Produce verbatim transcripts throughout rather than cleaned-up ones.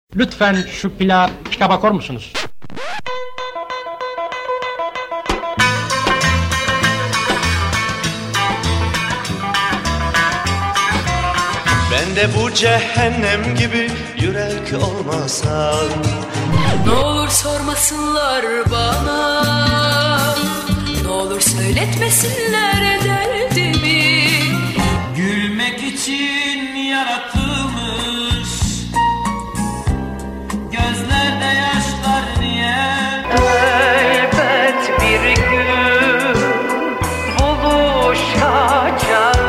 Lütfen şu plağa pika bakar mısınız? Ben de bu cehennem gibi yürek olmasam. Ne olur sormasınlar bana, ne olur söyletmesinler derdimi. Gülmek için yaratılmış gözlerde yaşlar niye? Elbet bir gün buluşacağız.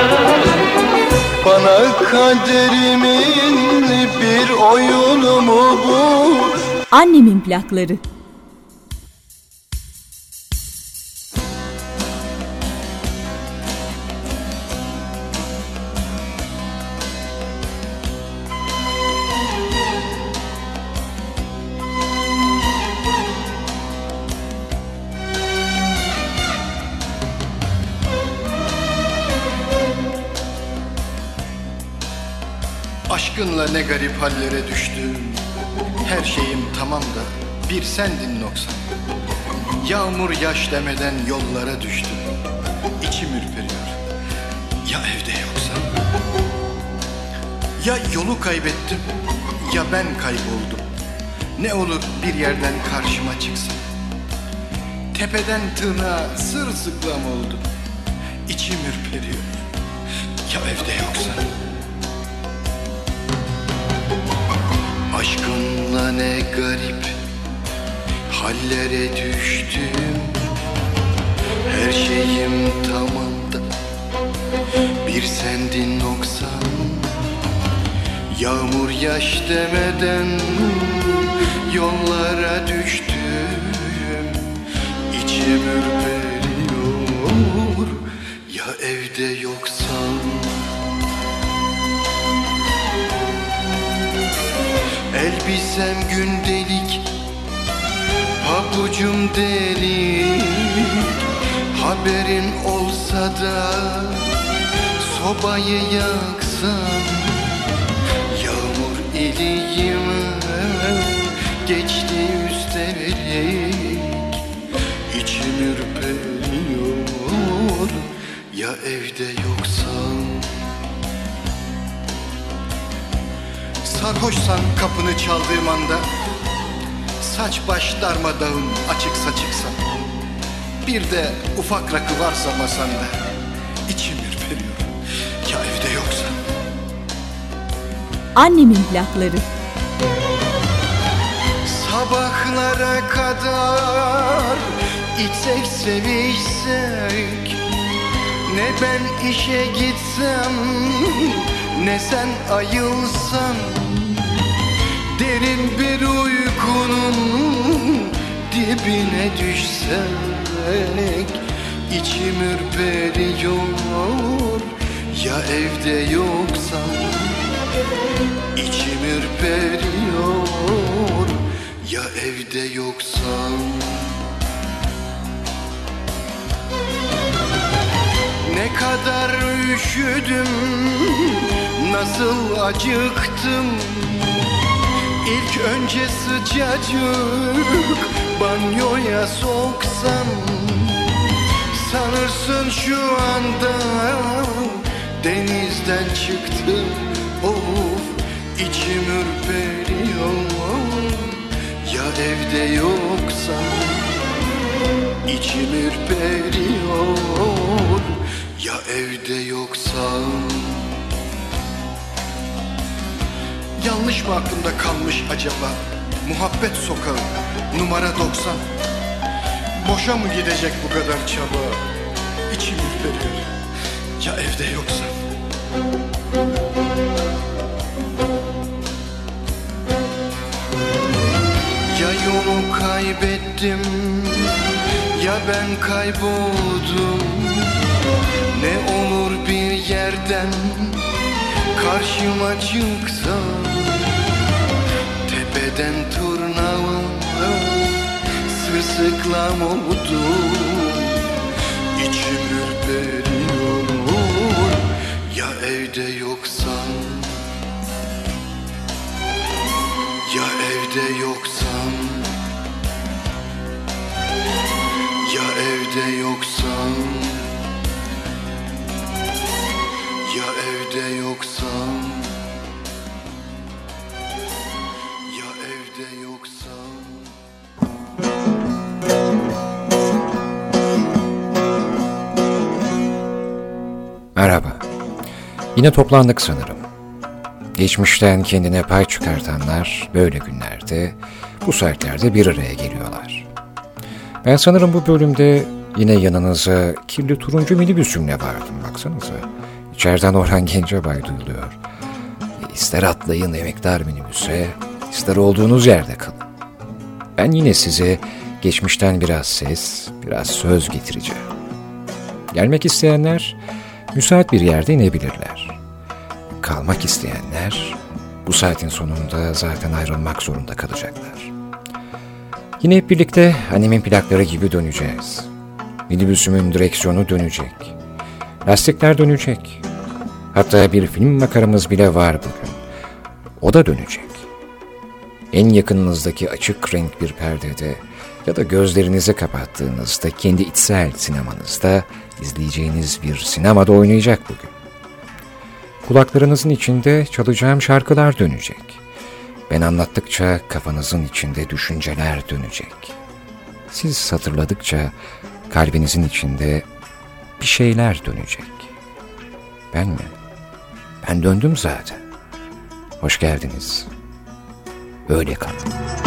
Bana kaderimin bir oyunu mu bu? Annemin plakları. Aşkınla ne garip hallere düştüm. Her şeyim tamam da bir sendin noksan. Yağmur yaş demeden yollara düştüm. İçim ürperiyor. Ya evde yoksan? Ya yolu kaybettim, ya ben kayboldum. Ne olur bir yerden karşıma çıksan. Tepeden tırnağa sırılsıklam oldum. İçim ürperiyor. Ya evde yoksan? Aşkınla ne garip hallere düştüm. Her şeyim tamam da bir sendin noksan. Yağmur yaş demeden yollara düştüm. İçim ürperiyor. Ya evde yoksan? Elbisem gündelik, pabucum delik. Haberin olsa da sobayı yaksan. Yağmur iliğime geçti üstelik. İçim ürperiyor. Ya evde yoksan? Sarhoşsan kapını çaldığım anda, saç baş darmadağın açık saçıksan, bir de ufak rakı varsa masanda, içim ürperiyor. Ya evde yoksan? Annemin plakları. Sabahlara kadar içsek sevişsek, ne ben işe gitsem, ne sen ayılsan. Derin bir uykunun dibine düşsek, içim ürperiyor. Ya evde yoksan? İçim ürperiyor. Ya evde yoksan? Ne kadar üşüdüm, nasıl acıktım. İlk önce sıcacık banyoya soksan, sanırsın şu anda denizden çıktım. Of, içim ürperiyor. Ya evde yoksan? İçim ürperiyor. Ya evde yoksan? Yanlış mı aklımda kalmış acaba? Muhabbet sokağı numara doksan. Boşa mı gidecek bu kadar çaba? İçim ürperiyor. Ya evde yoksan? Ya yolu kaybettim, ya ben kayboldum. Ne olur bir yerden karşıma çıksan, tepeden tırnağa sırsıklam oldum. İçim ürperiyor. Ya evde yoksan? evde yoksan, ya evde yoksan, ya evde yoksan, ya evde yoksan. Merhaba. Yine toplandık sanırım. Geçmişten kendine pay çıkartanlar böyle günlerde, bu saatlerde bir araya geliyorlar. Ben sanırım bu bölümde yine yanınıza kirli turuncu minibüsümle vardım, baksanıza. İçeriden Orhan Gencebay duyuluyor. İster atlayın emektar minibüse, ister olduğunuz yerde kalın. Ben yine size geçmişten biraz ses, biraz söz getireceğim. Gelmek isteyenler müsait bir yerde inebilirler. Kalmak isteyenler bu saatin sonunda zaten ayrılmak zorunda kalacaklar. Yine hep birlikte annemin plakları gibi döneceğiz. Minibüsümün direksiyonu dönecek. Lastikler dönecek. Hatta bir film makaramız bile var bugün. O da dönecek. En yakınınızdaki açık renk bir perdede ya da gözlerinizi kapattığınızda kendi içsel sinemanızda izleyeceğiniz bir sinemada oynayacak bugün. Kulaklarınızın içinde çalacağım şarkılar dönecek. Ben anlattıkça kafanızın içinde düşünceler dönecek. Siz hatırladıkça kalbinizin içinde bir şeyler dönecek. Ben mi? Ben döndüm zaten. Hoş geldiniz. Öyle kalın.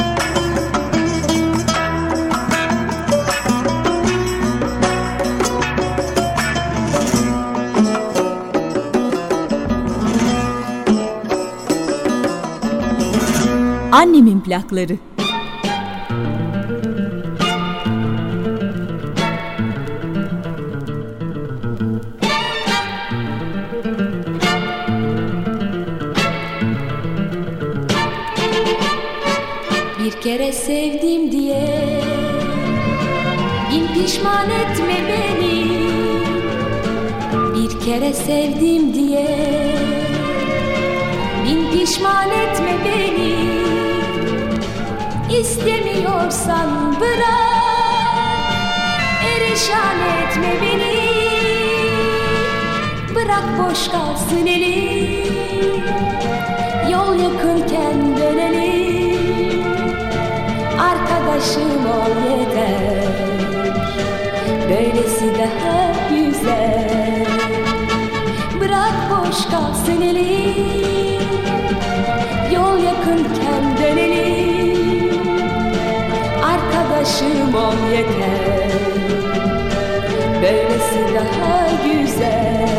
Annemin plakları. Bir kere sevdim diye bin pişman etme beni. Bir kere sevdim diye bin pişman etme beni. İstemiyorsan bırak, perişan etme beni. Bırak boş kalsın elim, yol yakınken dönelim. Arkadaşım ol yeter, böylesi daha güzel. Bırak boş kalsın elim, yol yakınken dönelim. Arkadaşım ol yeter, böylesi daha güzel.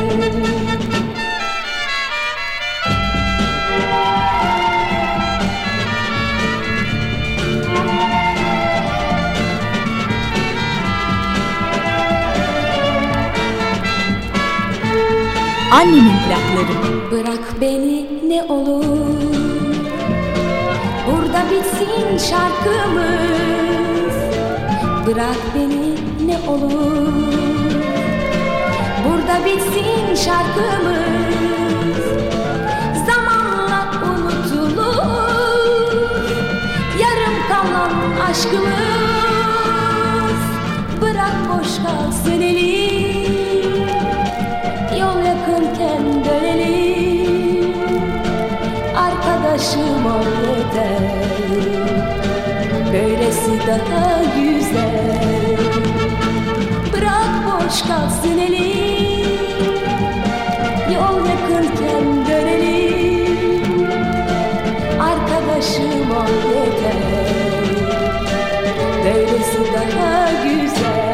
Annemin plakları. Bırak beni ne olur, burada bitsin şarkımız. Bırak beni ne olur, burada bitsin şarkımız. Zamanla unutulur yarım kalan aşkımız. Bırak boş kalsın elim, yol yakınken dönelim. Arkadaşım ol yeter, böylesi daha güzel. Bırak boş kalsın elim, yol yakınken dönelim. Arkadaşım ol yeter, böylesi daha güzel.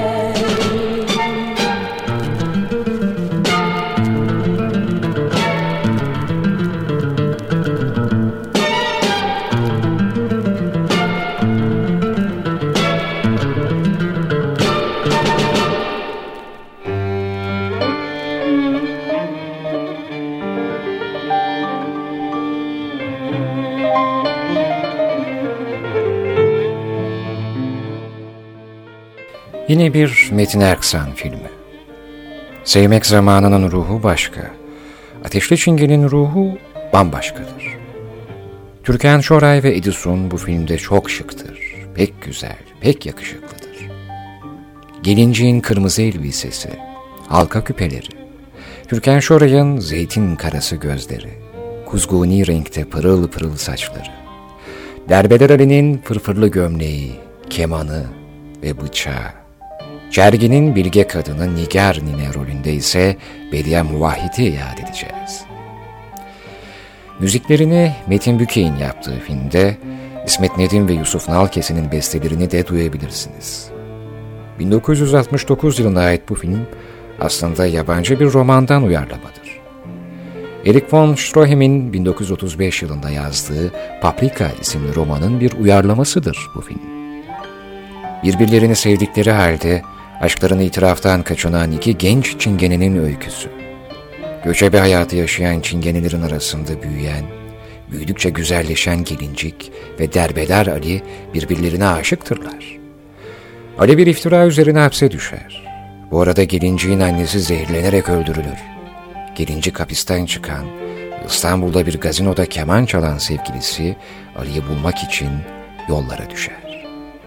Yine bir Metin Erksan filmi. Sevmek zamanının ruhu başka, Ateşli Çingen'in ruhu bambaşkadır. Türkan Şoray ve Edison bu filmde çok şıktır, pek güzel, pek yakışıklıdır. Gelinciğin kırmızı elbisesi, halka küpeleri, Türkan Şoray'ın zeytin karası gözleri, kuzguni renkte pırıl pırıl saçları, Derbeder Ali'nin fırfırlı gömleği, kemanı ve bıçağı, Cergin'in bilge kadını Nigar Nine rolünde ise Bediye Muvahhid'i yad edeceğiz. Müziklerini Metin Bükey'in yaptığı filmde İsmet Nedim ve Yusuf Nalkesi'nin bestelerini de duyabilirsiniz. bin dokuz yüz altmış dokuz yılına ait bu film aslında yabancı bir romandan uyarlamadır. Erich von Stroheim'in bin dokuz yüz otuz beş yılında yazdığı Paprika isimli romanın bir uyarlamasıdır bu film. Birbirlerini sevdikleri halde aşklarını itiraftan kaçınan iki genç çingenenin öyküsü. Göçebe hayatı yaşayan çingenelerin arasında büyüyen, büyüdükçe güzelleşen Gelincik ve Derbeder Ali birbirlerine aşıktırlar. Ali bir iftira üzerine hapse düşer. Bu arada Gelincik'in annesi zehirlenerek öldürülür. Gelincik hapisten çıkan, İstanbul'da bir gazinoda keman çalan sevgilisi Ali'yi bulmak için yollara düşer.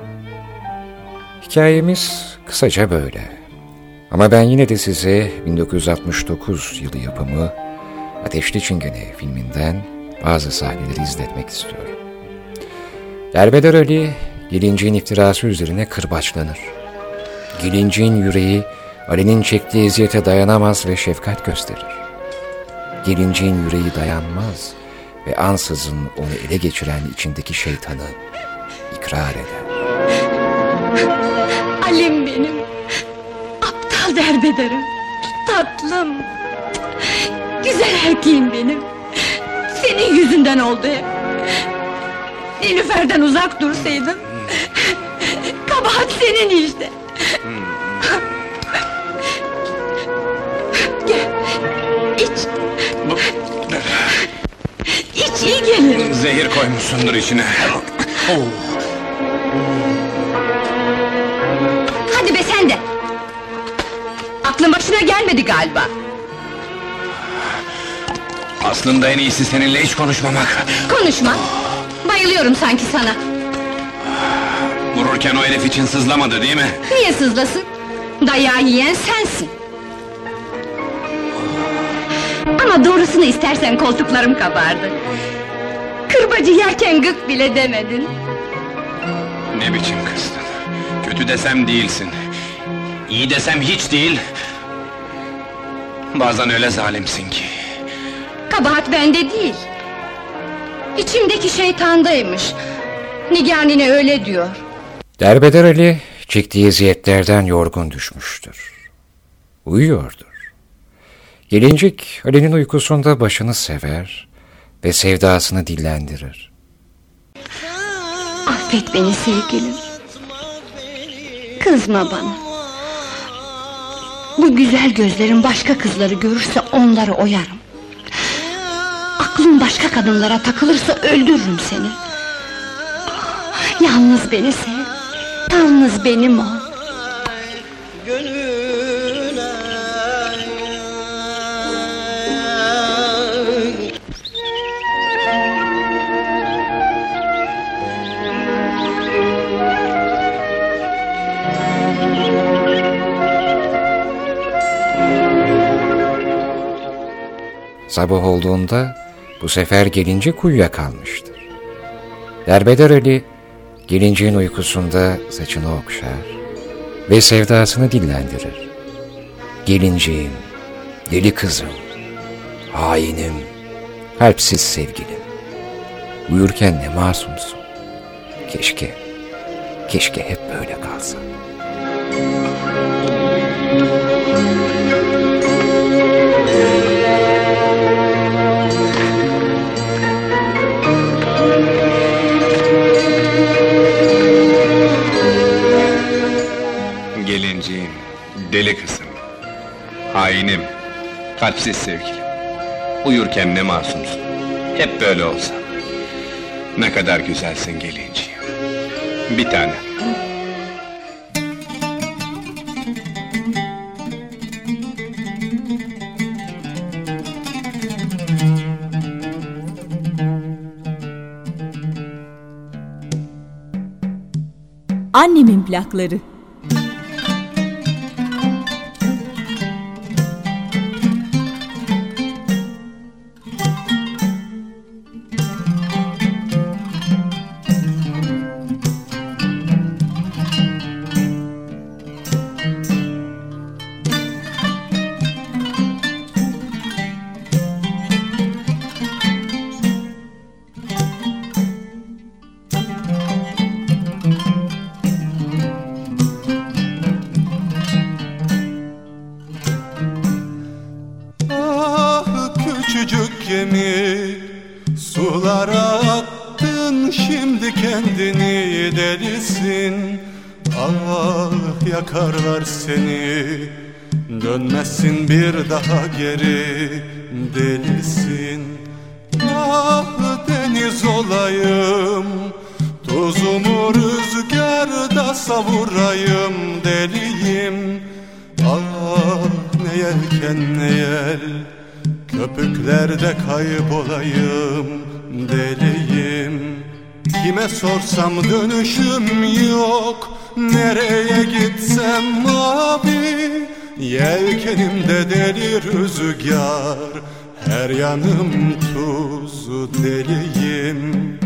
Hikayemiz kısaca böyle. Ama ben yine de size bin dokuz yüz altmış dokuz yılı yapımı Ateşli Çingene filminden bazı sahneleri izletmek istiyorum. Derbeder Ali, Gelincik'in iftirası üzerine kırbaçlanır. Gelincik'in yüreği Ali'nin çektiği eziyete dayanamaz ve şefkat gösterir. Gelincik'in yüreği dayanmaz ve ansızın onu ele geçiren içindeki şeytanı ikrar eder. Alim benim, aptal derbederim, tatlım, güzel erkeğim benim. Senin yüzünden oldu hep. Nilüfer'den uzak dursaydın, kabahat senin işte. Gel, iç. İç, iyi gelir. Zehir koymuşsundur içine. Hadi be sen de. Aklın başına gelmedi galiba. Aslında en iyisi seninle hiç konuşmamak. Konuşma. Bayılıyorum sanki sana. Vururken o herif için sızlamadı değil mi? Niye sızlasın? Dayağı yiyen sensin. Ama doğrusunu istersen koltuklarım kabardı. Kırbacı yerken gık bile demedin. Ne biçim kızdın? Kötü desem değilsin. İyi desem hiç değil. Bazen öyle zalimsin ki. Kabahat bende değil. İçimdeki şeytandaymış. Nigar nine öyle diyor. Derbeder Ali çektiği eziyetlerden yorgun düşmüştür. Uyuyordur. Gelincik Ali'nin uykusunda başını sever ve sevdasını dillendirir. Affet beni sevgilim. Kızma bana. Bu güzel gözlerin başka kızları görürse onları oyarım. Aklın başka kadınlara takılırsa öldürürüm seni. Yalnız beni sev. Yalnız benim ol. Sabah olduğunda bu sefer Gelincik uyuyakalmıştır. Derbeder Ali, Gelincik'in uykusunda saçını okşar ve sevdasını dillendirir. Gelinciğim, deli kızım, hainim, kalpsiz sevgilim, uyurken ne masumsun. Keşke, keşke hep böyle kalsa. Gelinciğim, deli kızım, hainim, kalpsiz sevgilim, uyurken ne masumsun, hep böyle olsa. Ne kadar güzelsin gelinciğim, bir tane. Annemin plakları. Yakarlar seni, dönmezsin bir daha geri, delisin. Ah deniz olayım, tuzumu rüzgarda savurayım, deliyim. Ah ne yelken ne yel, köpüklerde kaybolayım, deliyim. Kime sorsam dönüşüm yok, nereye gitsem mavi, yelkenimde deli rüzgar, her yanım tuz, deliyim.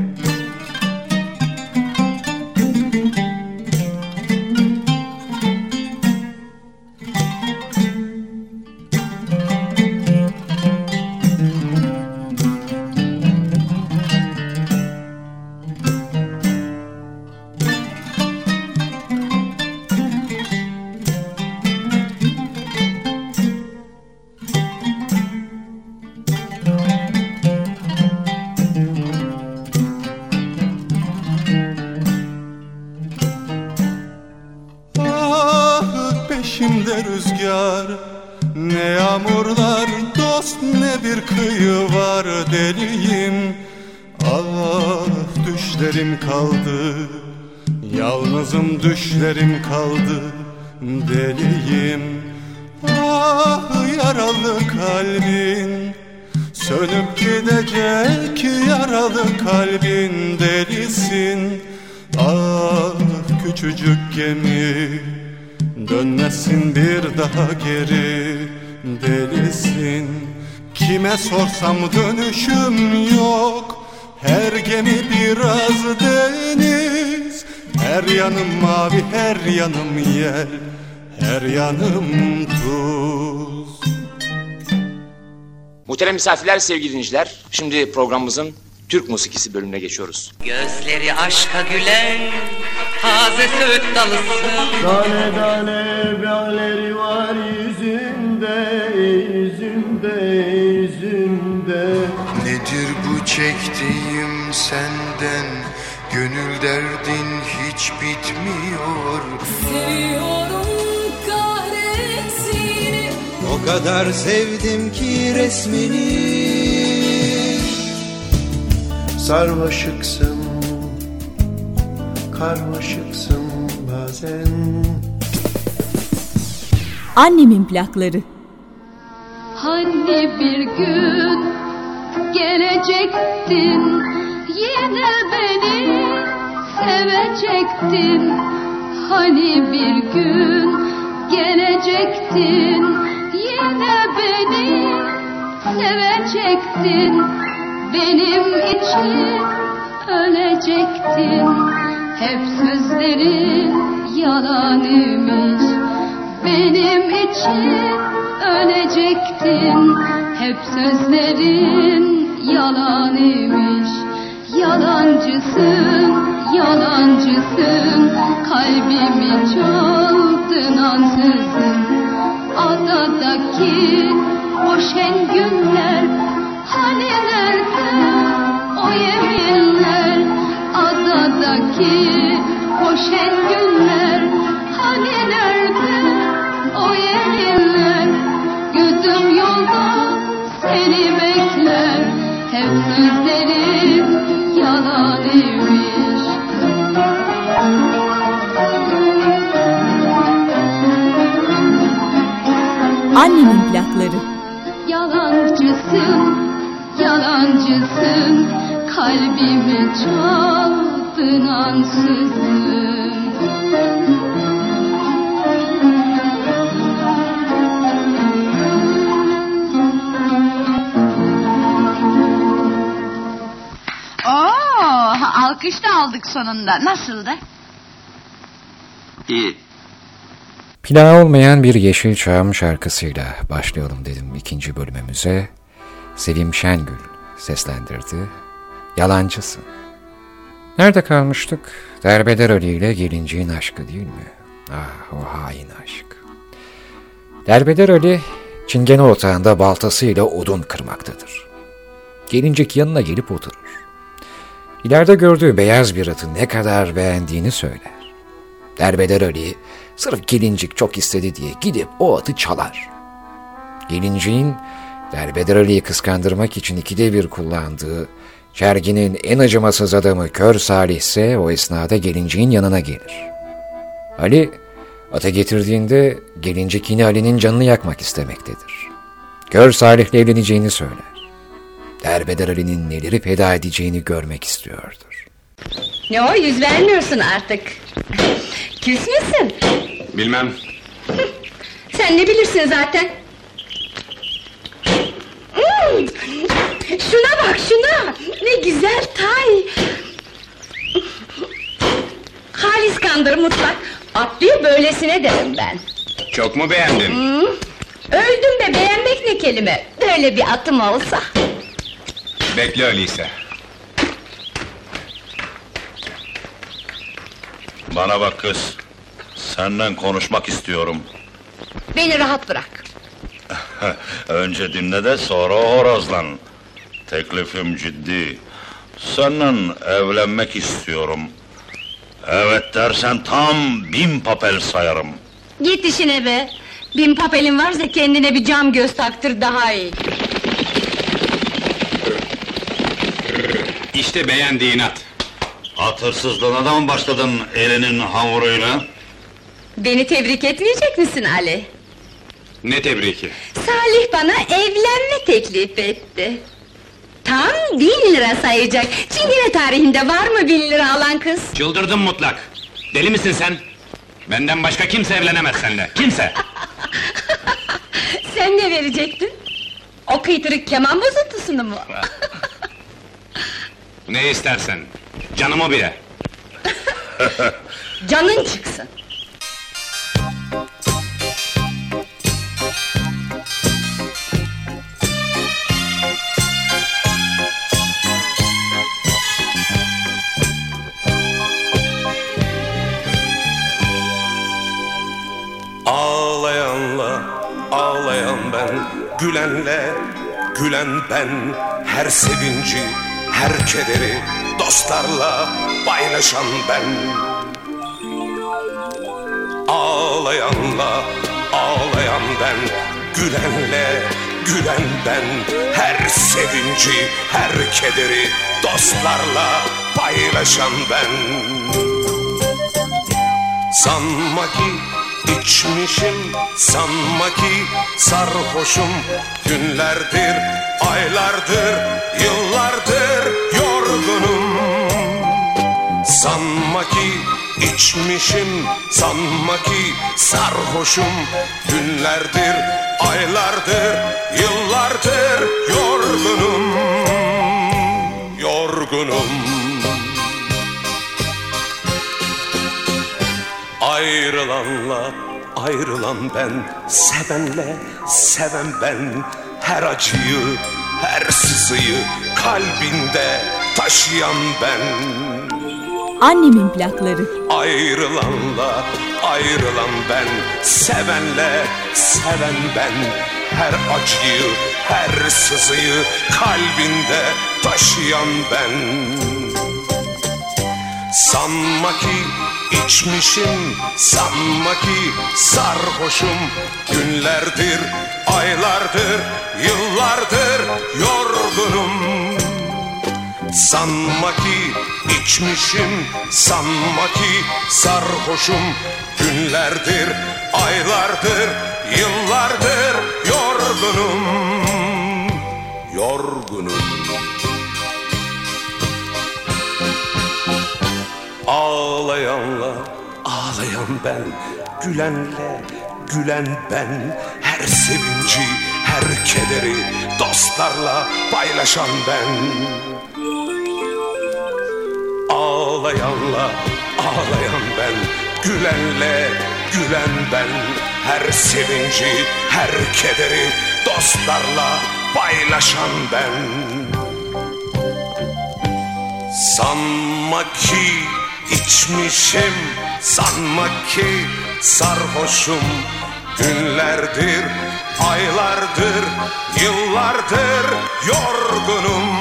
Peşimde rüzgar, ne yağmurlar dost, ne bir kıyı var, deliyim. Ah düşlerim kaldı, yalnızım düşlerim kaldı, deliyim. Ah yaralı kalbin, sönüp gidecek yaralı kalbin, delisin. Ah küçücük gemi, dönmezsin bir daha geri, delisin. Kime sorsam dönüşüm yok, her gemi biraz deniz. Her yanım mavi, her yanım yel, her yanım tuz. Muhterem misafirler, sevgili dinleyiciler, şimdi programımızın Türk musikisi bölümüne geçiyoruz. Gözleri aşka gülen taze söğüt dalısın. Tane tane balleri var yüzünde, yüzünde, yüzünde. Nedir bu çektiğim senden, gönül derdin hiç bitmiyor. Seviyorum kahretsin. O kadar sevdim ki resmini. Sarmaşıksın, karmaşıksın bazen. Annemin plakları. Hani bir gün gelecektin, yine beni sevecektin. Hani bir gün gelecektin, yine beni sevecektin. Benim için ölecektin. Hep sözlerin yalan imiş. Benim için ölecektin. Hep sözlerin yalan imiş. Yalancısın, yalancısın. Kalbimi çaldın ansızın. Adadaki o şen günler hani nerede o yeminler? Adadaki o şen günler hani nerede o yeminler? Gözüm yolda seni bekler. Hep sözlerim yalan imiş. Annemin plakları. Yalancısın, yalancısın. Kalbimi çaldın ansızın. alkış da aldık sonunda. Nasıldı? İyi. Plağı olmayan bir Yeşilçam şarkısıyla başlayalım dedim ikinci bölümümüze. Sevim Şengül seslendirdi. Yalancısın. Nerede kalmıştık? Derbeder Ali ile Gelinciğin aşkı değil mi? Ah, o hain aşk. Derbeder Ali, çingene otağında baltasıyla odun kırmaktadır. Gelincik yanına gelip oturur. İleride gördüğü beyaz bir atı ne kadar beğendiğini söyler. Derbeder Ali, sırf Gelincik çok istedi diye gidip o atı çalar. Gelinciğin, Derbeder Ali'yi kıskandırmak için ikide bir kullandığı çerginin en acımasız adamı Kör Salih ise o esnada Gelincik'in yanına gelir. Ali, atı getirdiğinde Gelincik yine Ali'nin canını yakmak istemektedir. Kör Salih'le evleneceğini söyler. Derbeder Ali'nin neleri feda edeceğini görmek istiyordur. Ne o, yüz vermiyorsun artık. Küs müsün? Bilmem. Sen ne bilirsin zaten? Hmm. Şuna bak şuna, ne güzel tay. Halis kandır mutlak. Atlıyor böylesine derim ben. Çok mu beğendin? Hmm. Öldüm be, beğenmek ne kelime. Böyle bir atım olsa. Bekle öyleyse. Bana bak kız, senden konuşmak istiyorum. Beni rahat bırak. Önce dinle de sonra horozlan. Teklifim ciddi. Seninle evlenmek istiyorum. Evet dersen tam bin papel sayarım. Git işine be. Bin papelin varsa kendine bir cam göz taktır daha iyi. İşte beğendiğin at. At hırsızlığına da mı başladın elinin hamuruyla? Beni tebrik etmeyecek misin Ali? Ne tebriki? Salih bana evlenme teklif etti. Tam bin lira sayacak. Çingene tarihinde var mı bin lira alan kız? Çıldırdın mutlak. Deli misin sen? Benden başka kimse evlenemez seninle. Kimse. Sen ne verecektin? O kıytırık keman bozuntusunu mu? Ne istersen. Canımı bile. Canın çıksın. Ağlayanla ağlayan ben, gülenle gülen ben, her sevinci, her kederi dostlarla paylaşan ben. Ağlayanla ağlayan ben, gülenle gülen ben, her sevinci, her kederi dostlarla paylaşan ben. Sanma ki İçmişim, sanma ki sarhoşum, günlerdir, aylardır, yıllardır yorgunum. Sanma ki içmişim, sanma ki sarhoşum, günlerdir, aylardır, yıllardır yorgunum, yorgunum. Ayrılanla ayrılan ben, sevenle seven ben, her acıyı, her sızıyı kalbinde taşıyan ben. Annemin plakları. Ayrılanla ayrılan ben, sevenle seven ben, her acıyı, her sızıyı kalbinde taşıyan ben. Sanma ki İçmişim, sanma ki sarhoşum, günlerdir, aylardır, yıllardır yorgunum. Sanma ki içmişim, sanma ki sarhoşum, günlerdir, aylardır, yıllardır yorgunum, yorgunum. Ağlayanla ağlayan ben, gülenle gülen ben, her sevinci, her kederi dostlarla paylaşan ben. Ağlayanla ağlayan ben, gülenle gülen ben. Her sevinci, her kederi dostlarla paylaşan ben. Sanma ki içmişim, sanma ki sarhoşum. Günlerdir, aylardır, yıllardır yorgunum.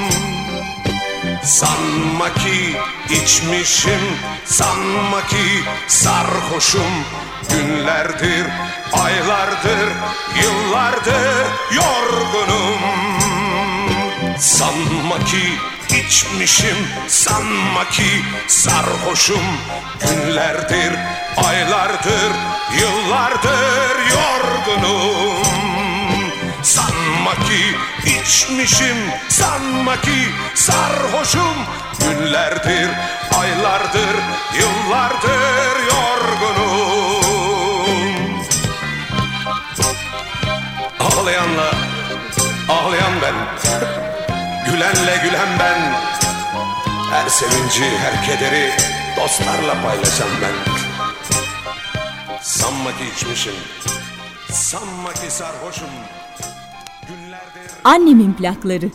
Sanma ki içmişim, sanma ki sarhoşum. Günlerdir, aylardır, yıllardır yorgunum. Sanma ki içmişim, sanma ki sarhoşum. Günlerdir, aylardır, yıllardır yorgunum. Sanma ki içmişim, sanma ki sarhoşum. Günlerdir, aylardır, yıllardır yorgunum. Ağlayanla ağlayan ben, gülenle gülen ben. Her sevinci, her kederi dostlarla paylaşan ben. Sanma ki içmişim, sanma ki sarhoşum. Günlerdir... Annemin plakları.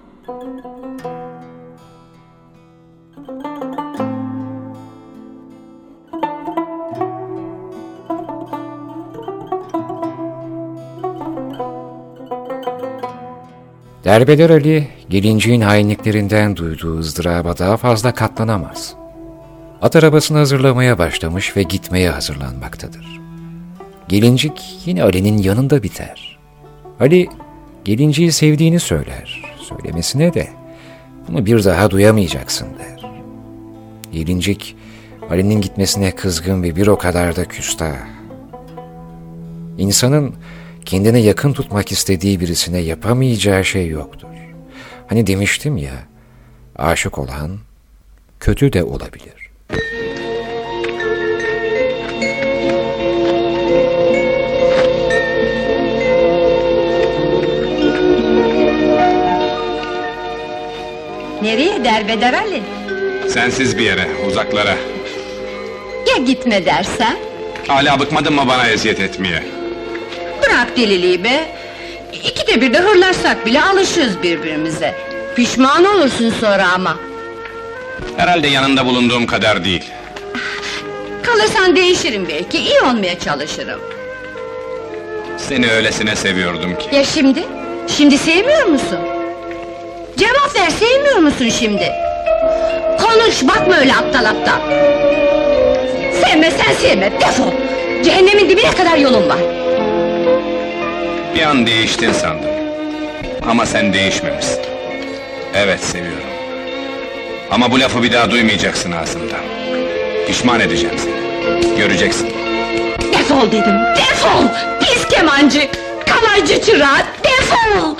Derbeder Ali, gelinciğin hainliklerinden duyduğu ızdıraba daha fazla katlanamaz. At arabasını hazırlamaya başlamış ve gitmeye hazırlanmaktadır. Gelincik yine Ali'nin yanında biter. Ali, gelinciği sevdiğini söyler. Söylemesine de, bunu bir daha duyamayacaksın der. Gelincik, Ali'nin gitmesine kızgın ve bir o kadar da küstah. İnsanın kendine yakın tutmak istediği birisine yapamayacağı şey yoktur. Hani demiştim ya, aşık olan kötü de olabilir. Nereye derbeder Ali? Sensiz bir yere, uzaklara. Ya gitme dersen? Hala bıkmadın mı bana eziyet etmeye? Bırak deliliği be! İkide bir de hırlarsak bile alışırız birbirimize. Pişman olursun sonra ama. Herhalde yanında bulunduğum kadar değil. Kalırsan değişirim belki, iyi olmaya çalışırım. Seni öylesine seviyordum ki. Ya şimdi? Şimdi sevmiyor musun? Cevap ver, sevmiyor musun şimdi? Konuş, bakma öyle aptal aptal! Sevmezsen sevme, defol! Cehennemin dibine kadar yolun var! Bir an değiştin sandım. Ama sen değişmemişsin. Evet, seviyorum. Ama bu lafı bir daha duymayacaksın ağzımdan. Pişman edeceğim seni. Göreceksin. Defol dedim, defol! Pis kemancı, kalaycı çırağı, defol!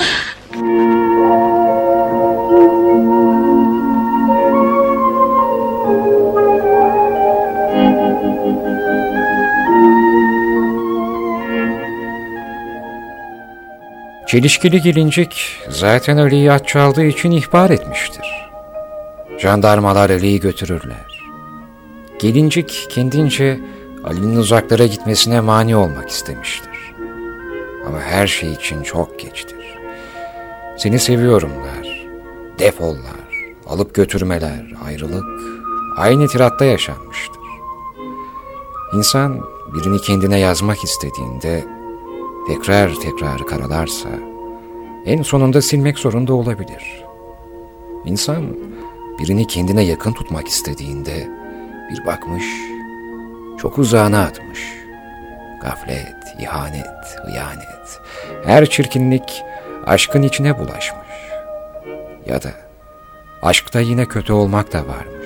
Çelişkili gelincik zaten Ali'yi at çaldığı için ihbar etmiştir. Jandarmalar Ali'yi götürürler. Gelincik kendince Ali'nin uzaklara gitmesine mani olmak istemiştir. Ama her şey için çok geçtir. Seni seviyorumlar, defollar, alıp götürmeler, ayrılık aynı tiratta yaşanmıştır. İnsan birini kendine yazmak istediğinde tekrar tekrar karalarsa en sonunda silmek zorunda olabilir. İnsan birini kendine yakın tutmak istediğinde bir bakmış, çok uzağına atmış. Gaflet, ihanet, hıyanet, her çirkinlik aşkın içine bulaşmış. Ya da aşkta yine kötü olmak da varmış.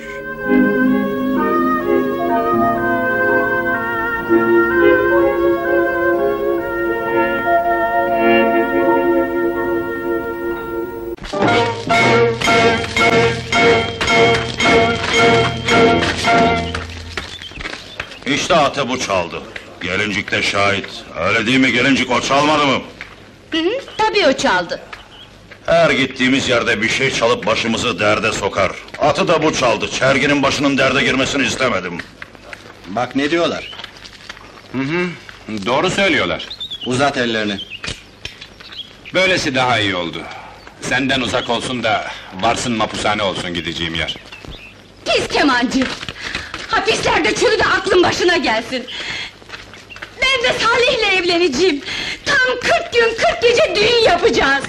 İşte atı bu çaldı. Gelincik de şahit. Öyle değil mi, gelincik o çalmadı mı? Hı hı, tabii o çaldı. Her gittiğimiz yerde bir şey çalıp başımızı derde sokar. Atı da bu çaldı. Çerginin başının derde girmesini istemedim. Bak ne diyorlar. Hı hı, doğru söylüyorlar. Uzat ellerini. Böylesi daha iyi oldu. Senden uzak olsun da varsın mapushane olsun gideceğim yer. Pis kemancı! Hapislerde çürü de aklın başına gelsin! Ben de Salih'le evleneceğim! Tam kırk gün kırk gece düğün yapacağız!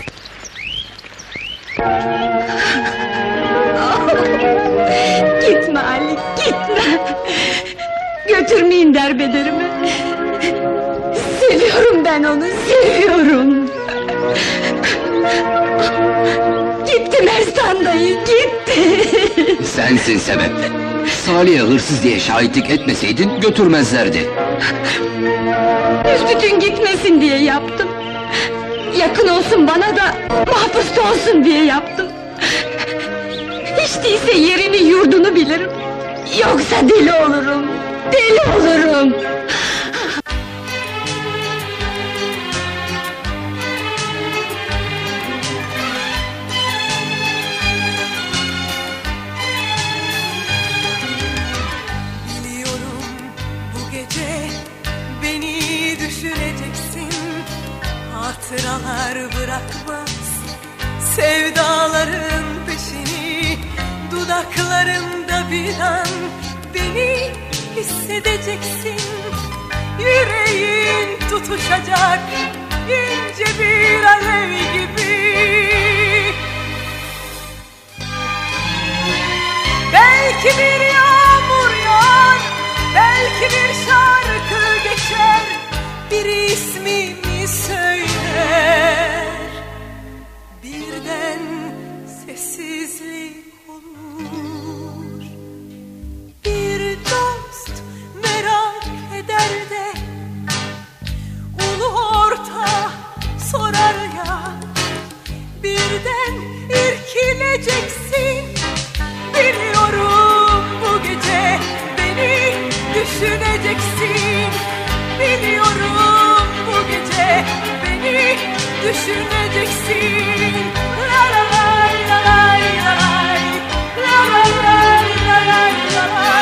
Oh, gitme Ali, gitme! Götürmeyin derbederimi! Seviyorum ben onu, seviyorum! Gitti Mestan dayı, gitti! Sensin sebep! Salih'e hırsız diye şahitlik etmeseydin götürmezlerdi. Büsbütün gitmesin diye yaptım. Yakın olsun bana da, mahpusta olsun diye yaptım. Hiç değilse yerini yurdunu bilirim. Yoksa deli olurum, deli olurum! Hatıralar bırakmaz sevdaların peşini, dudaklarımda bir an beni hissedeceksin. Yüreğin tutuşacak ince bir alev gibi. Belki bir yağmur yağar, belki bir şarkı geçer, biri ismimi söyler, birden sessizlik olur. Bir dost merak eder de ulu orta sorar ya, birden irkileceksin. Biliyorum bu gece beni düşüneceksin. Biliyorum bu gece beni düşüneceksin. La la la la la la la la la la la la.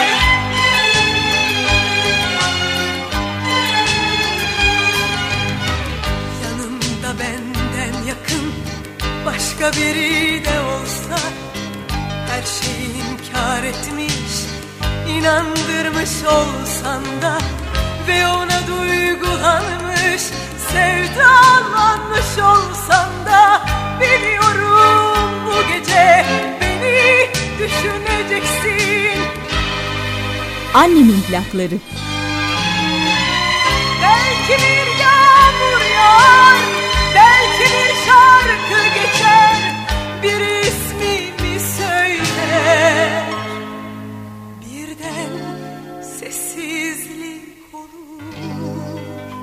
Yanımda benden yakın başka biri de olsa, her şeyi inkar etmiş, inandırmış olsan da ve ona duygulanmış, sevdalanmış olsan da, biliyorum bu gece beni düşüneceksin. Annemin plakları. Belki bir yağmur yağar, belki bir şarkı geçer, bir ismimi söyler, birden sessizlik olur.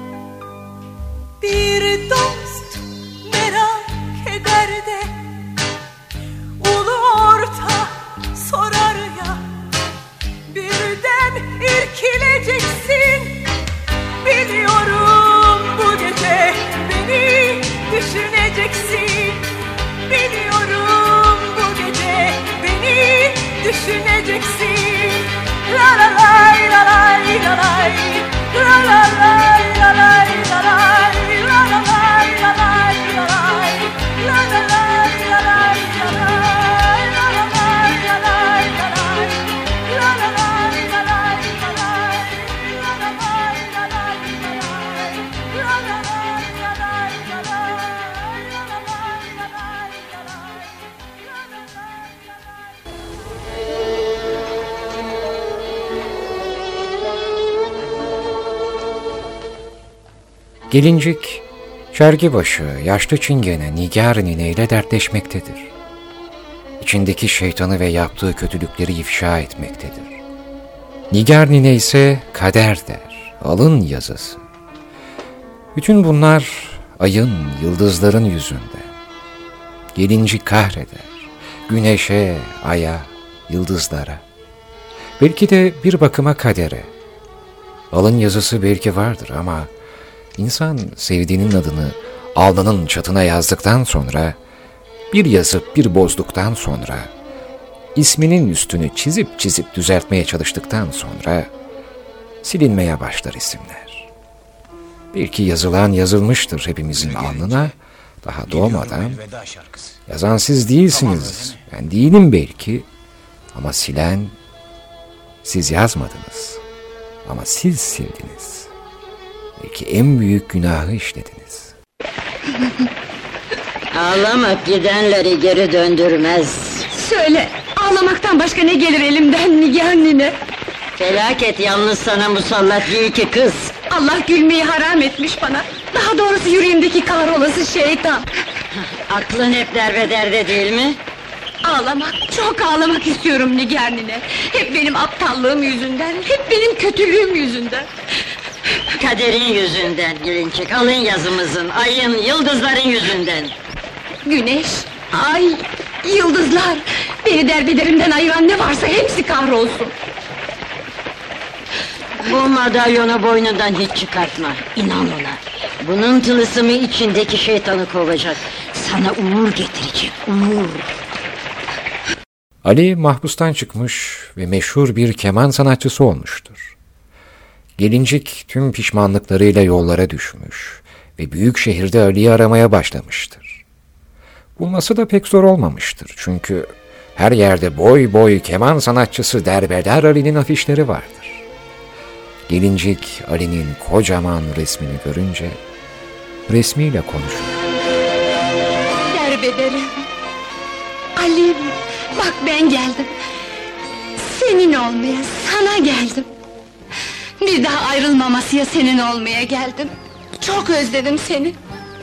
Bir dost merak eder de ulu orta sorar ya, birden irkileceksin. Biliyorum bu gece beni düşüneceksin. Biliyorum bu gece beni düşüneceksin. La la la la la la la. La la la la la la la. La la la la la la la. La la la la la la la. La la la la la la la. La la la la la la la. La la la la la la la. La la la la la la la. Gelincik, çergibaşı, yaşlı çingene Nigar Nine ile dertleşmektedir. İçindeki şeytanı ve yaptığı kötülükleri ifşa etmektedir. Nigar Nine ise kader der, alın yazısı. Bütün bunlar ayın, yıldızların yüzünde. Gelincik kahreder, güneşe, aya, yıldızlara. Belki de bir bakıma kadere. Alın yazısı belki vardır ama İnsan sevdiğinin adını alnının çatına yazdıktan sonra bir yazıp bir bozduktan sonra, isminin üstünü çizip çizip düzeltmeye çalıştıktan sonra silinmeye başlar isimler. Belki yazılan yazılmıştır hepimizin alnına, daha doğmadan. Yazan siz değilsiniz, ben değilim belki, ama silen siz yazmadınız, ama siz sildiniz. Belki en büyük günahı işlediniz. Ağlamak gidenleri geri döndürmez. Söyle, ağlamaktan başka ne gelir elimden Nigar nine? Felaket yalnız sana musallat değil ki kız. Allah gülmeyi haram etmiş bana. Daha doğrusu yüreğimdeki kahrolası şeytan. Aklın hep derbederde değil mi? Ağlamak, çok ağlamak istiyorum Nigar nine. Hep benim aptallığım yüzünden, hep benim kötülüğüm yüzünden. Kaderin yüzünden Gelincik, alın yazımızın, ayın, yıldızların yüzünden. Güneş, ay, yıldızlar, beni derbederimden ayıran ne varsa hepsi kahrolsun. Bu madalyonu boynundan hiç çıkartma, inan ona. Bunun tılısımı içindeki şeytanı kovacak, sana uğur getirecek, uğur. Ali mahpustan çıkmış ve meşhur bir keman sanatçısı olmuştur. Gelincik tüm pişmanlıklarıyla yollara düşmüş ve büyük şehirde Ali'yi aramaya başlamıştır. Bulması da pek zor olmamıştır çünkü her yerde boy boy keman sanatçısı Derbeder Ali'nin afişleri vardır. Gelincik Ali'nin kocaman resmini görünce resmiyle konuşur. Derbederim, Ali'm, bak ben geldim. Senin olmaya, sana geldim. Bir daha ayrılmamasıya senin olmaya geldim. Çok özledim seni.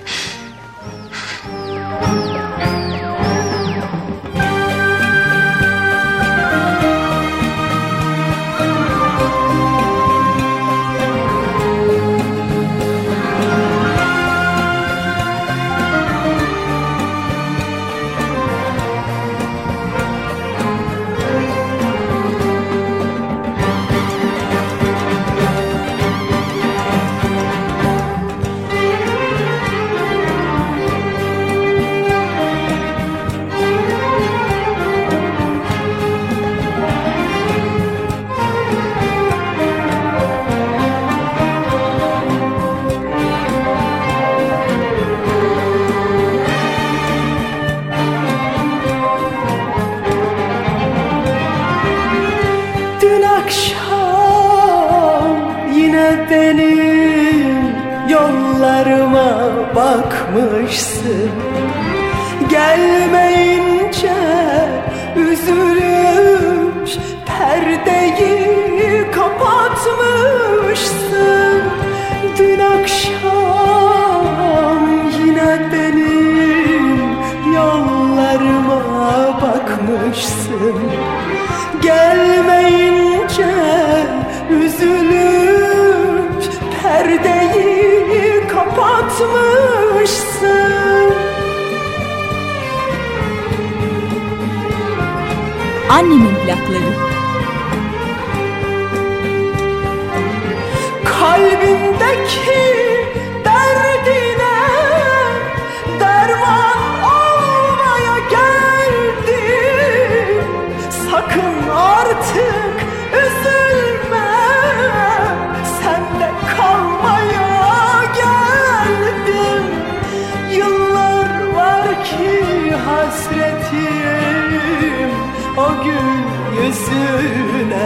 Benim yollarıma bakmışsın, gelmeyince üzülmüş, perdeyi kapatmışsın. Dün akşam yine benim yollarıma bakmışsın, gelmeyince üzülmüş, perdeyi kapatmışsın. Annemin plakları. Kalbimdeki derdine derman olmaya geldim. Sakın artık üzülme, sende kalmaya geldim. Yıllar var ki hasretim o gün yüzüne.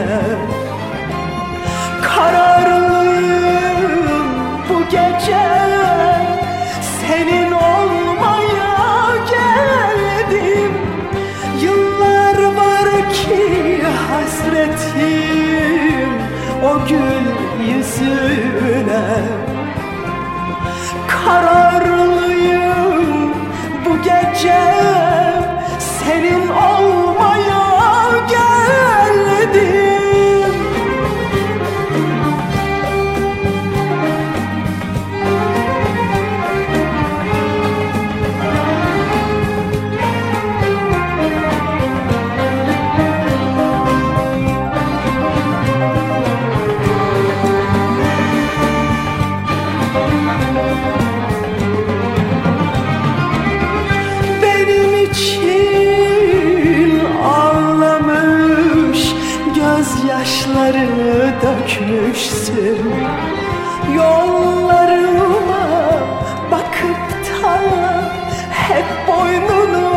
Kararlıyım bu gece, senin olmaya geldim. Yıllar var ki hasretim o gül yüzüne. Kararlıyım bu gece, senin olmaya geldim. Beni gözyaşları dökmüşsün. Yollarıma bakıp da hep boynunu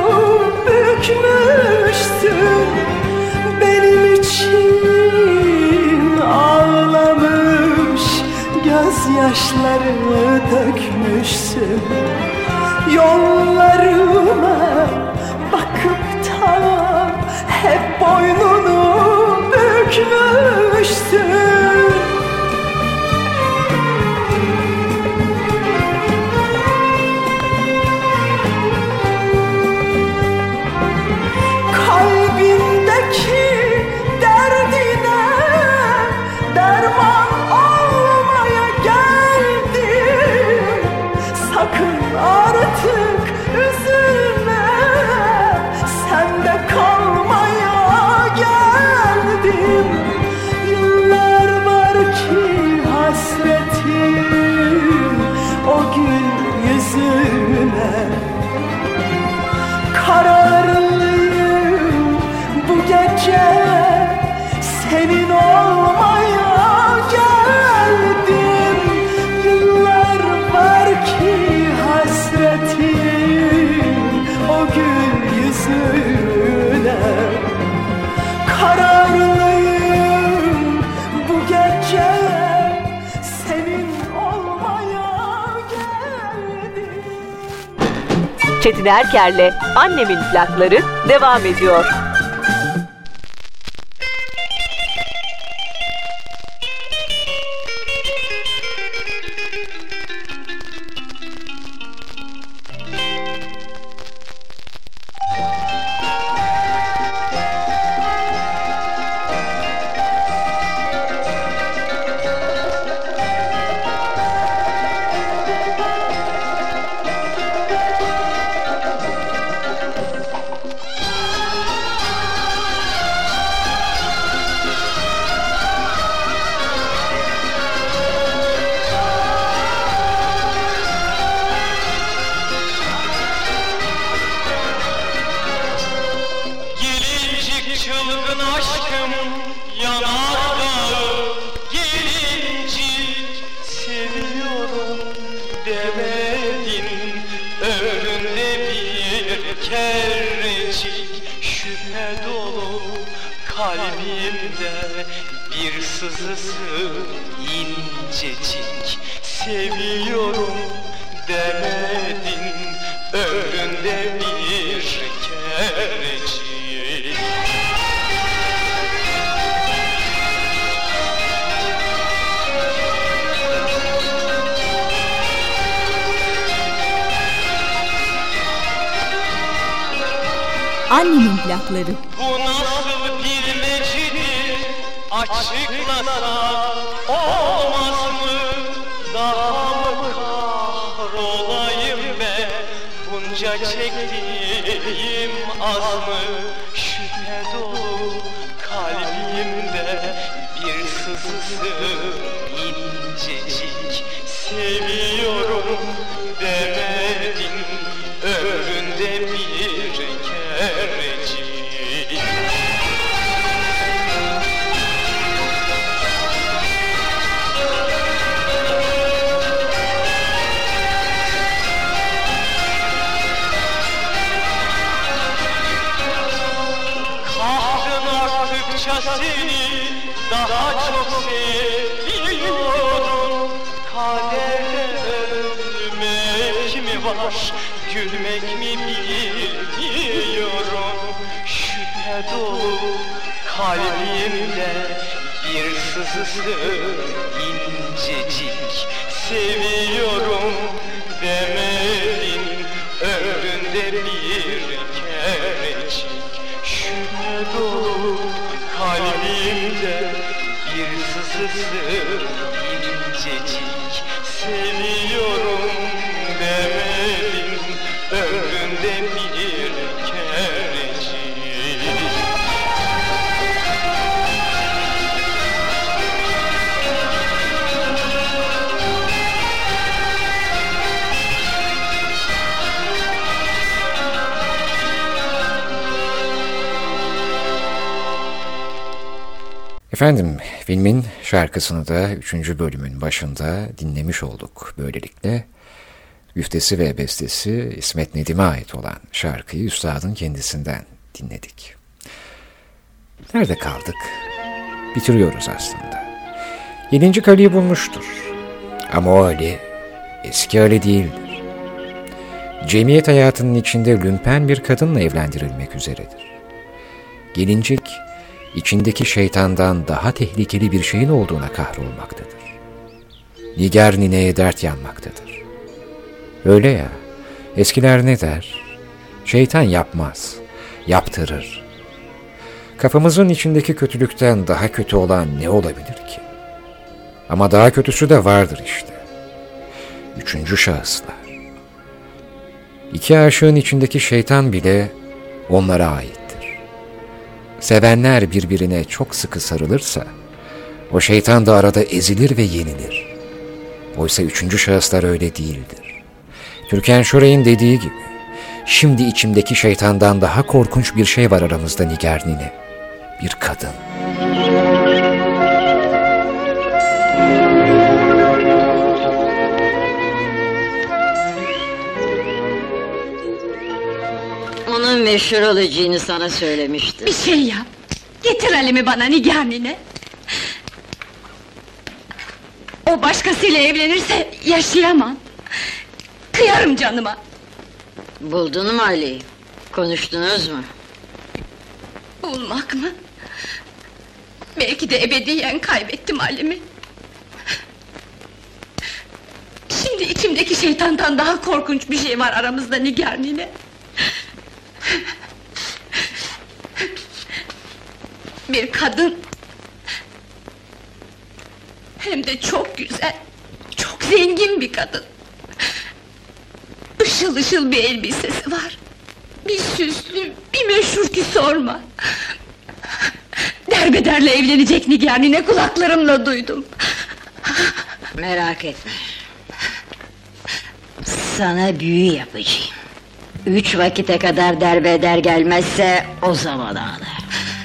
bükmüşsün. Benim için ağlamış, gözyaşları dökmüşsün. Yollarıma bakıp da hep boynunu bükmüşsün. Kalbindeki derdine derman olmaya geldim. Sakın artık üzülme, sende kalmaya geldim. Yıllar var ki hasretim o gül yüzüne. Kararlıyım bu gece senin olmaya geldim. Yıllar var ki hasretim o gül yüzüne. Kararlıyım bu gece senin olmaya geldim. Çetin Erker'le Annemin Plakları devam ediyor. Annemin Plakları. Bu nasıl bilmecedir, açıklasa olmaz mı? Daha mı kahrolayım ben, bunca çektiğim az mı? Şüphe dolu kalbimde bir sızısı incecik. Seviyorum demedin ömründe bir kerecik. Kahrın arttıkça seni daha çok seviyorum. Kaderde ölmek mi var, gülmek mi bilmiyorum. Şüphe dolu kalbimde bir sızısı incecik. Seviyorum demedin ömründe bir kerecik. Şüphe dolu kalbimde bir sızısı incecik. Seviyorum demedin ömründe bir kerecik. Efendim, filmin şarkısını da üçüncü bölümün başında dinlemiş olduk böylelikle. Güftesi ve bestesi İsmet Nedim'e ait olan şarkıyı üstadın kendisinden dinledik. Nerede kaldık? Bitiriyoruz aslında. Yedinci Ali'yi bulmuştur. Ama o Ali eski Ali değildir. Cemiyet hayatının içinde lümpen bir kadınla evlendirilmek üzeredir. Gelincik, içindeki şeytandan daha tehlikeli bir şeyin olduğuna kahrolmaktadır. Nigar nineye dert yanmaktadır. Öyle ya, eskiler ne der? Şeytan yapmaz, yaptırır. Kafamızın içindeki kötülükten daha kötü olan ne olabilir ki? Ama daha kötüsü de vardır işte. Üçüncü şahıslar. İki aşığın içindeki şeytan bile onlara aittir. Sevenler birbirine çok sıkı sarılırsa, o şeytan da arada ezilir ve yenilir. Oysa üçüncü şahıslar öyle değildir. Türkan Şoray'ın dediği gibi, şimdi içimdeki şeytandan daha korkunç bir şey var aramızda Nigar nine. Bir kadın. Onun meşhur olacağını sana söylemiştim. Bir şey yap. Getir Ali'mi bana Nigar nine. O başkasıyla evlenirse yaşayamam. Kıyarım canıma. Buldun mu Ali'yi? Konuştunuz mu? Bulmak mı? Belki de ebediyen kaybettim Ali'mi. Şimdi içimdeki şeytandan daha korkunç bir şey var aramızda Nigar nine. Bir kadın. Hem de çok güzel, çok zengin bir kadın. Işıl ışıl bir elbisesi var. Bir süslü, bir meşhur ki sorma. Derbederle evlenecek Nigar nine, kulaklarımla duydum. Merak etme. Sana büyü yapacağım. Üç vakite kadar derbeder gelmezse o zaman ağlar.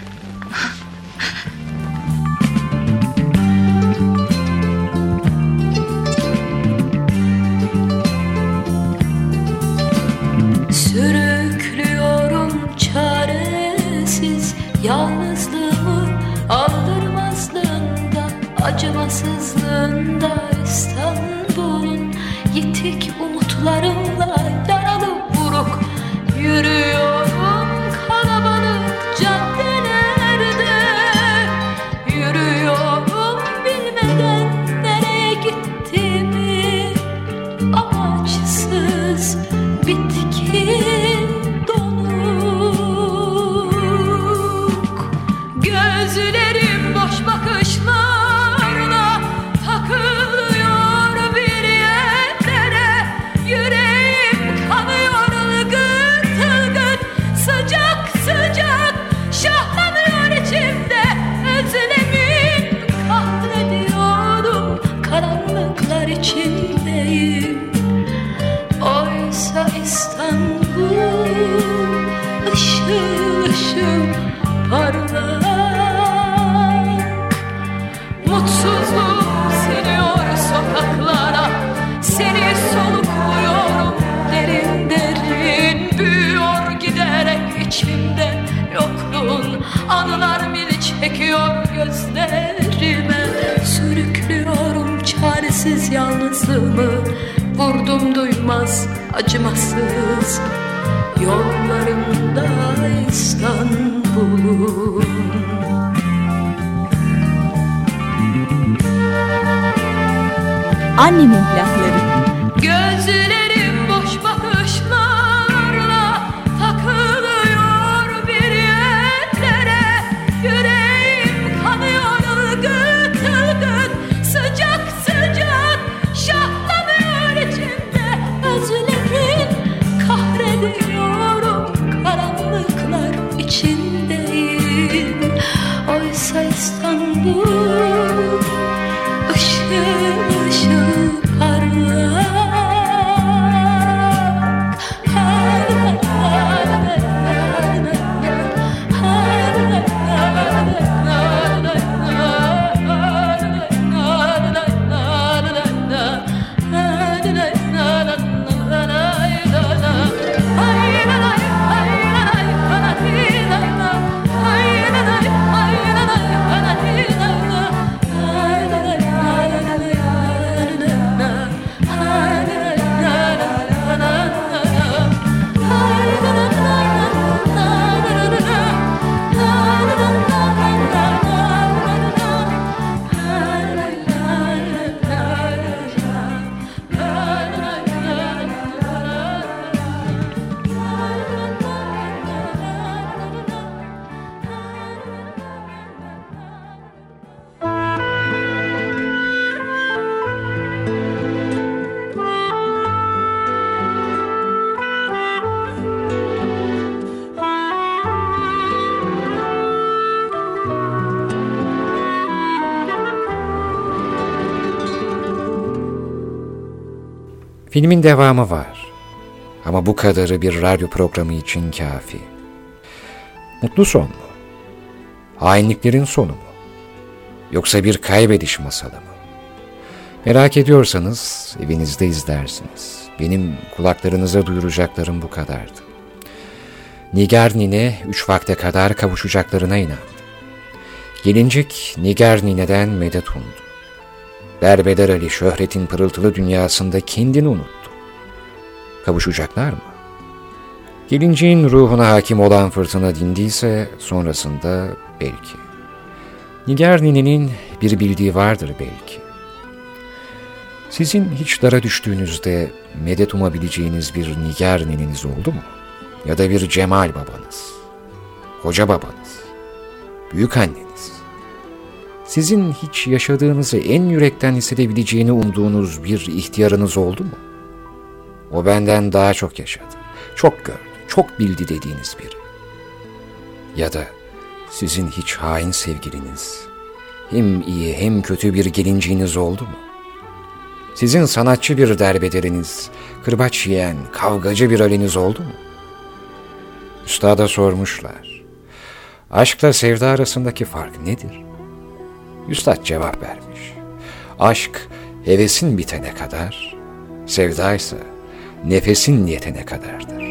Sürüklüyorum çaresiz yalnızlığımı, aldırmazlığında, acımasızlığında İstanbul'un yitik umutlarımla yaralı buruk yürüyorum kalabalık caddelerde, yürüyorum bilmeden nereye gittiğimi, amaçsız bitkin donuk, gözlerim boş bakışlarla takılıyor bir yerlere, yüreğim kanıyor ılgıt ılgıt, sıcak sıcak şahlanıyor içimde, özlemin kahrediyorum, karanlıklar içindeyim. Oysa İstanbul ışıl ışıl parlak, mutsuzluğum siniyor sokaklara, seni solukluyorum derin derin, büyüyor giderek içimde yokluğun, anılar bile çekiyor gözlerime, sürüklüyorum çaresiz yalnızlığımı, vurdum duymaz acımasız yollarında İstanbul'un. Annemin plakları. Gözlerim boş bakışlarla takılıyor bir yerlere, yüreğim kanıyor ılgıt ılgıt, sıcak sıcak şahlanıyor içimde, özlemin kahrediyorum, karanlıklar içindeyim. Oysa İstanbul ışıl ışıl parlak, Filmin devamı var. Ama bu kadarı bir radyo programı için kafi. Mutlu son mu? Hainliklerin sonu mu? Yoksa bir kaybediş masalı mı? Merak ediyorsanız evinizde izlersiniz. Benim kulaklarınıza duyuracaklarım bu kadardı. Nigar nine üç vakte kadar kavuşacaklarına inandı. Gelincik Nigar nineden medet umdu. Derbeder Ali şöhretin pırıltılı dünyasında kendini unuttu. Kavuşacaklar mı? Gelinciğin ruhuna hakim olan fırtına dindiyse sonrasında belki. Nigar ninenin bir bildiği vardır belki. Sizin hiç dara düştüğünüzde medet umabileceğiniz bir Nigar nineniz oldu mu? Ya da bir Cemal babanız, koca babanız, büyük anneniz. Sizin hiç yaşadığınızı en yürekten hissedebileceğini umduğunuz bir ihtiyarınız oldu mu? O benden daha çok yaşadı, çok gördü, çok bildi dediğiniz biri. Ya da sizin hiç hain sevgiliniz, hem iyi hem kötü bir gelinciğiniz oldu mu? Sizin sanatçı bir derbederiniz, kırbaç yiyen, kavgacı bir Ali'niz oldu mu? Üstada sormuşlar, aşkla sevda arasındaki fark nedir? Üstad cevap vermiş, aşk hevesin bitene kadar, sevda ise nefesin yetene kadardır.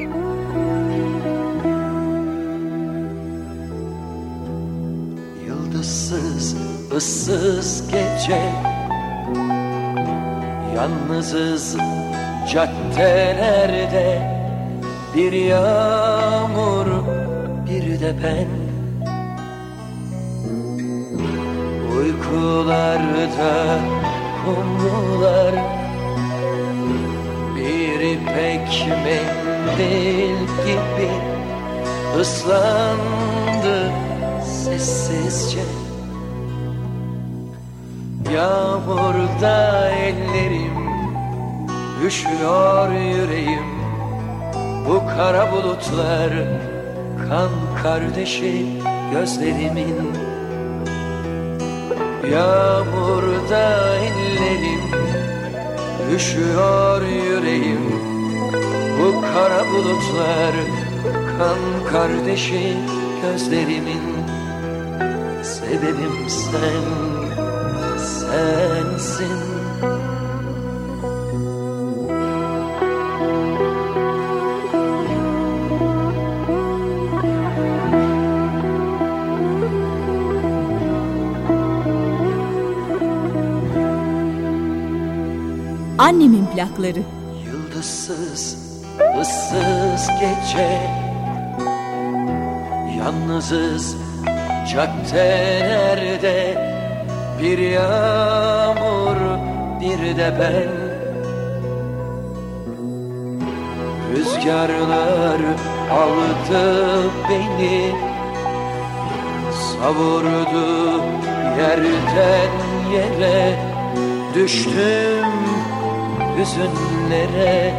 Yıldızsız, ıssız gece, yalnızız caddelerde, bir yağmur, bir de ben. Uykularda kumrular, bir ipek mendil gibi ıslandı sessizce. Yağmurda ellerim, üşüyor yüreğim. Bu kara bulutlar kan kardeşi gözlerimin. Yağmurda ellerim, üşüyor yüreğim. Bu kara bulutlar kan kardeşi gözlerimin. Sebebim sen, sensin. Annemin plakları. Yıldızsız, ıssız gece, yalnızız caddelerde, bir yağmur, bir de ben. Rüzgarlar aldı beni, savurdu yerden yere. Düştüm hüzünlere.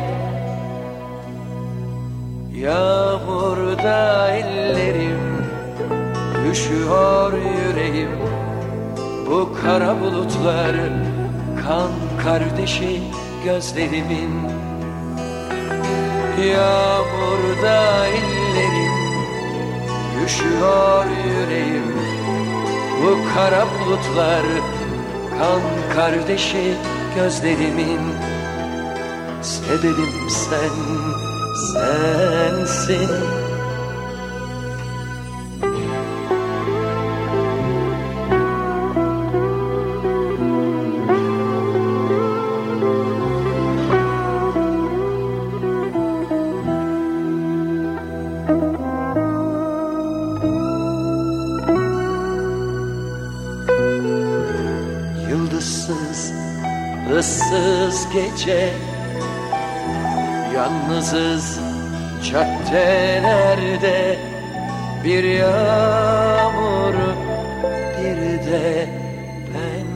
Yağmurda ellerim, üşüyor yüreğim. Bu kara bulutlar kan kardeşi gözlerimin. Yağmurda ellerim, üşüyor yüreğim. Bu kara bulutlar kan kardeşi gözlerimin. Sebebim sen, sensin. Yıldızsız, ıssız gece, yalnızız caddelerde, bir yağmur, bir de ben.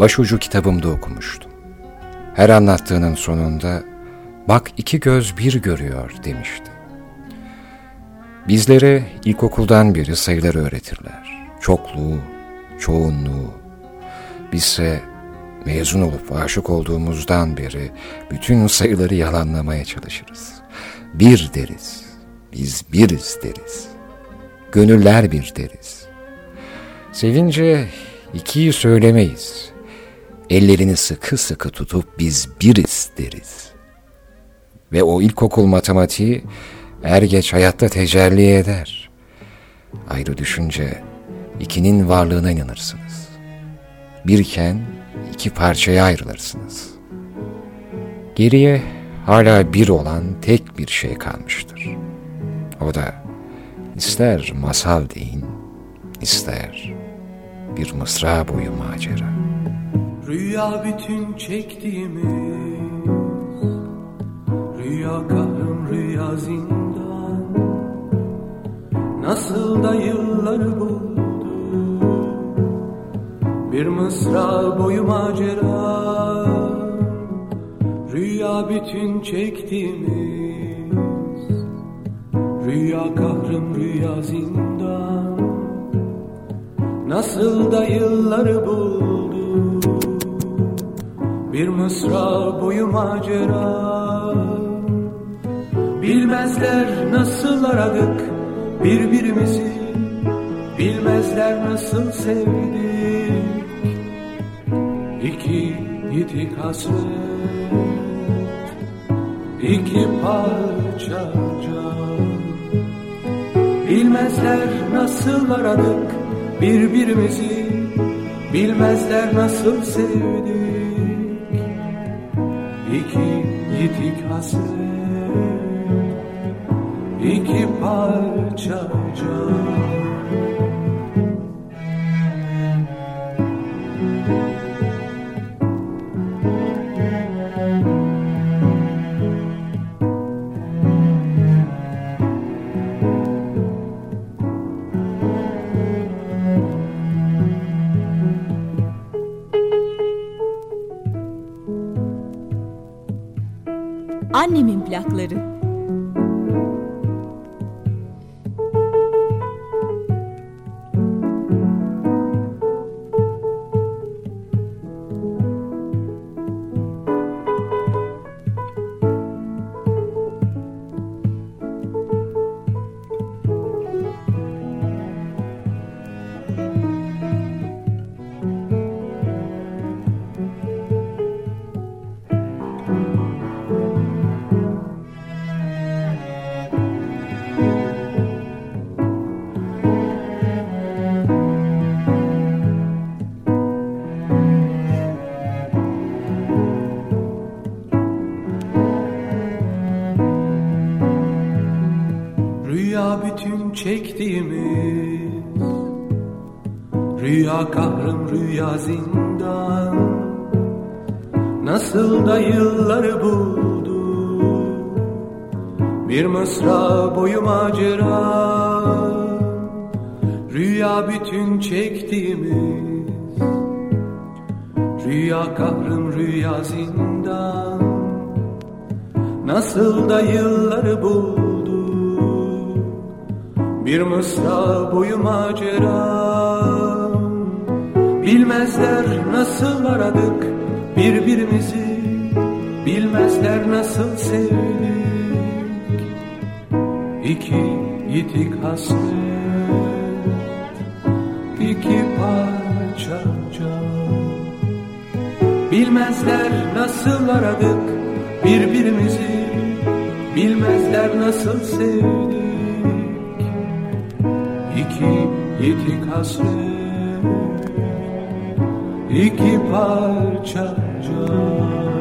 başucu kitabımda okumuştum. Her anlattığının sonunda bak iki göz bir görüyor demişti. Bizlere ilkokuldan beri sayıları öğretirler. Çokluğu, çoğunluğu. Bizse mezun olup aşık olduğumuzdan beri bütün sayıları yalanlamaya çalışırız. Bir deriz, biz biriz deriz. Gönüller bir deriz. Sevince ikiyi söylemeyiz. Ellerini sıkı sıkı tutup biz biriz deriz. Ve o ilkokul matematiği er geç hayatta tecelli eder. Ayrı düşünce ikinin varlığına inanırsınız. Birken iki parçaya ayrılırsınız. Geriye hala bir olan tek bir şey kalmıştır. O da ister masal deyin, ister bir mısra boyu macera. Rüya bütün çektiğimiz, rüya kahrım rüya zindan, nasıl da yılları buldu, bir mısra boyu macera. Rüya bütün çektiğimiz, rüya kahrım rüya zindan, nasıl da yılları buldu, bir mısra boyu macera. Bilmezler nasıl aradık birbirimizi, bilmezler nasıl sevdik. İki yitik hasret, iki parça can. Bilmezler nasıl aradık birbirimizi, bilmezler nasıl sevdik. İki yitik hasret, iki parça can. Annemin plakları. Bütün çektiğimiz, rüya kahrım rüya zindan, nasıl da yılları buldu, bir mısra boyu macera. Rüya bütün çektiğimiz, rüya kahrım rüya zindan, nasıl da yılları buldu, bir mısra boyu macera. Bilmezler nasıl aradık birbirimizi, bilmezler nasıl sevdik. İki yitik hasret, iki parça can. Bilmezler nasıl aradık birbirimizi, bilmezler nasıl sevdik. İki yitik hasret, iki parça can.